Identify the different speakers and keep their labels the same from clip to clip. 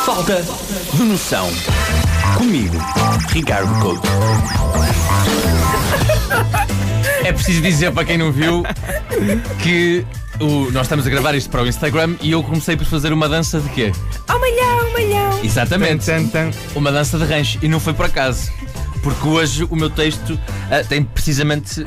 Speaker 1: Falta de noção. Comigo, Ricardo Couto.
Speaker 2: É preciso dizer para quem não viu que nós estamos a gravar isto para o Instagram e eu comecei por fazer uma dança de quê?
Speaker 3: Oh, malhão!
Speaker 2: Exatamente. Uma dança de rancho. E não foi por acaso. Porque hoje o meu texto tem precisamente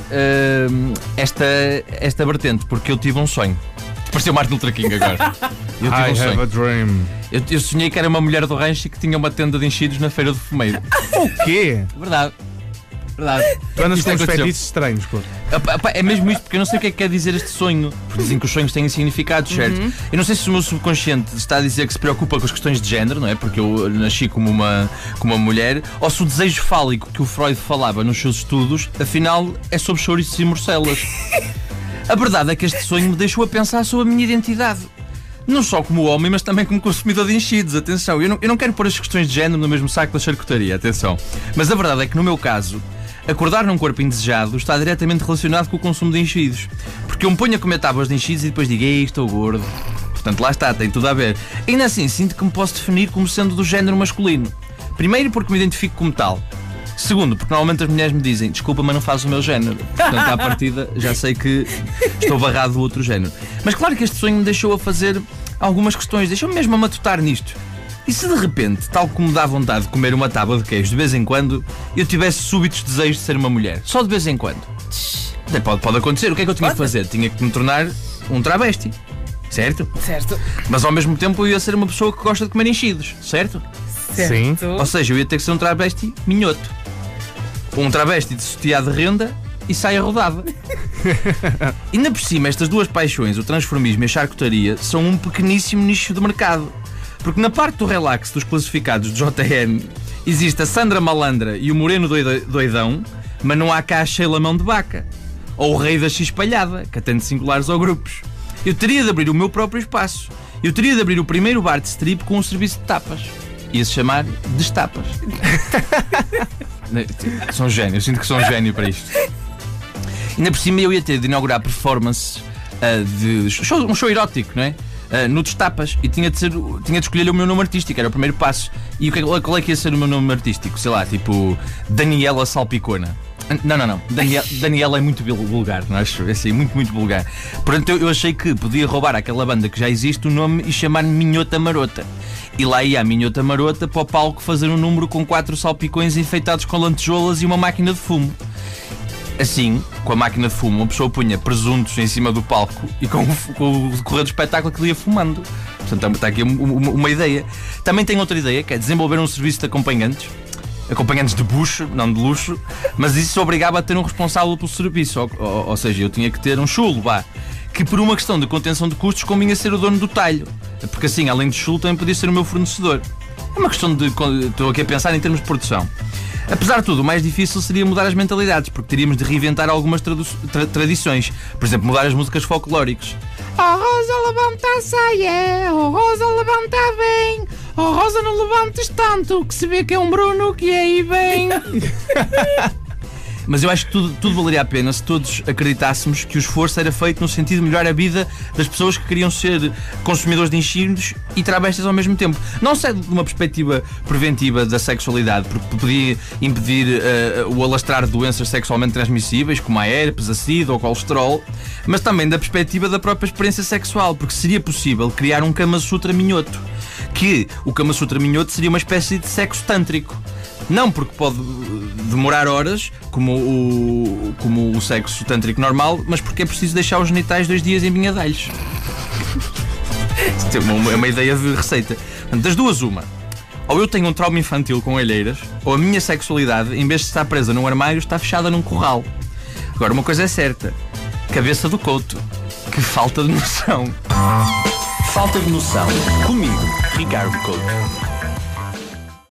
Speaker 2: esta vertente. Porque eu tive um sonho. Pareceu Martin Luther King agora. Eu tive um sonho.
Speaker 4: Have a dream.
Speaker 2: Eu sonhei que era uma mulher do rancho e que tinha uma tenda de enchidos na feira do fumeiro.
Speaker 4: O quê?
Speaker 2: Verdade.
Speaker 4: Tu andas com uns
Speaker 2: aconteceu.
Speaker 4: fetiches estranhos, pô.
Speaker 2: É mesmo isto, porque eu não sei o que é que quer dizer este sonho. Porque dizem que os sonhos têm significados, certo? Eu não sei se o meu subconsciente está a dizer que se preocupa com as questões de género, não é? Porque eu nasci como uma mulher, ou se o desejo fálico que o Freud falava nos seus estudos, afinal é sobre chouriços e morcelas. A verdade é que este sonho me deixou a pensar sobre a minha identidade. Não só como homem, mas também como consumidor de enchidos. Atenção, eu não quero pôr as questões de género no mesmo saco da charcutaria, atenção. Mas a verdade é que no meu caso, acordar num corpo indesejado está diretamente relacionado com o consumo de enchidos. Porque eu me ponho a comer tábuas de enchidos e depois digo, ei, estou gordo. Portanto, lá está, tem tudo a ver. Ainda assim, sinto que me posso definir como sendo do género masculino. Primeiro, porque me identifico como tal. Segundo, porque normalmente as mulheres me dizem, desculpa, mas não faz o meu género. Portanto, à partida, já sei que estou barrado do outro género. Mas claro que este sonho me deixou a fazer algumas questões, deixou-me mesmo a matutar nisto. E se de repente, tal como dá vontade de comer uma tábua de queijo de vez em quando, eu tivesse súbitos desejos de ser uma mulher? Só de vez em quando. Pode acontecer. O que é que eu tinha que fazer? Tinha que me tornar um travesti. Certo?
Speaker 3: Certo.
Speaker 2: Mas ao mesmo tempo eu ia ser uma pessoa que gosta de comer enchidos. Certo?
Speaker 4: Sim.
Speaker 2: Ou seja, eu ia ter que ser um travesti minhoto. Um travesti de sutiã de renda e saia rodada. Ainda por cima, estas duas paixões, o transformismo e a charcutaria, são um pequeníssimo nicho de mercado. Porque na parte do relax dos classificados de JN existe a Sandra Malandra e o Moreno Doidão, mas não há cá a Sheila Mão de Vaca. Ou o Rei da X-Palhada, que atende singulares ou grupos. Eu teria de abrir o meu próprio espaço. Eu teria de abrir o primeiro bar de strip com um serviço de tapas. Ia-se chamar Destapas. Sou um gênio, eu sinto que sou um gênio para isto. Ainda por cima eu ia ter de inaugurar performances um show erótico, não é? No Destapas, e tinha de escolher o meu nome artístico, era o primeiro passo. E qual é que ia ser o meu nome artístico? Sei lá, tipo Daniela Salpicona. Não. Daniela é muito vulgar, não acho? É assim, muito vulgar. Portanto, eu achei que podia roubar àquela banda que já existe o nome e chamar-me Minhota Marota. E lá ia a Minhota Marota para o palco fazer um número com 4 salpicões enfeitados com lantejoulas e uma máquina de fumo. Assim, com a máquina de fumo, uma pessoa punha presuntos em cima do palco e com o decorrer do espetáculo que ele ia fumando. Portanto, está aqui uma ideia. Também tenho outra ideia, que é desenvolver um serviço de acompanhantes de bucho, não de luxo, mas isso obrigava a ter um responsável pelo serviço, ou seja, eu tinha que ter um chulo, que por uma questão de contenção de custos convinha ser o dono do talho, porque assim, além de chulo, também podia ser o meu fornecedor. É uma questão de... Estou aqui a pensar em termos de produção. Apesar de tudo, o mais difícil seria mudar as mentalidades, porque teríamos de reinventar algumas tradições. Por exemplo, mudar as músicas folclóricas. Oh Rosa, levanta a saia, oh Rosa, levanta bem, oh Rosa, não levantes tanto, que se vê que é um Bruno que aí vem. Mas eu acho que tudo valeria a pena se todos acreditássemos que o esforço era feito no sentido de melhorar a vida das pessoas que queriam ser consumidores de enchidos e travestis ao mesmo tempo. Não só de uma perspectiva preventiva da sexualidade, porque podia impedir o alastrar de doenças sexualmente transmissíveis, como a herpes, a sida ou o colesterol, mas também da perspectiva da própria experiência sexual, porque seria possível criar um Kama Sutra minhoto, que o Kama Sutra minhoto seria uma espécie de sexo tântrico. Não porque pode demorar horas, como o sexo tântrico normal, mas porque é preciso deixar os genitais 2 dias em vinhadalhos. Isto é uma ideia de receita. Portanto, das duas, uma. Ou eu tenho um trauma infantil com alheiras, ou a minha sexualidade, em vez de estar presa num armário, está fechada num corral. Agora, uma coisa é certa. Cabeça do Couto. Que falta de noção.
Speaker 1: Falta de noção. Comigo, Ricardo Couto.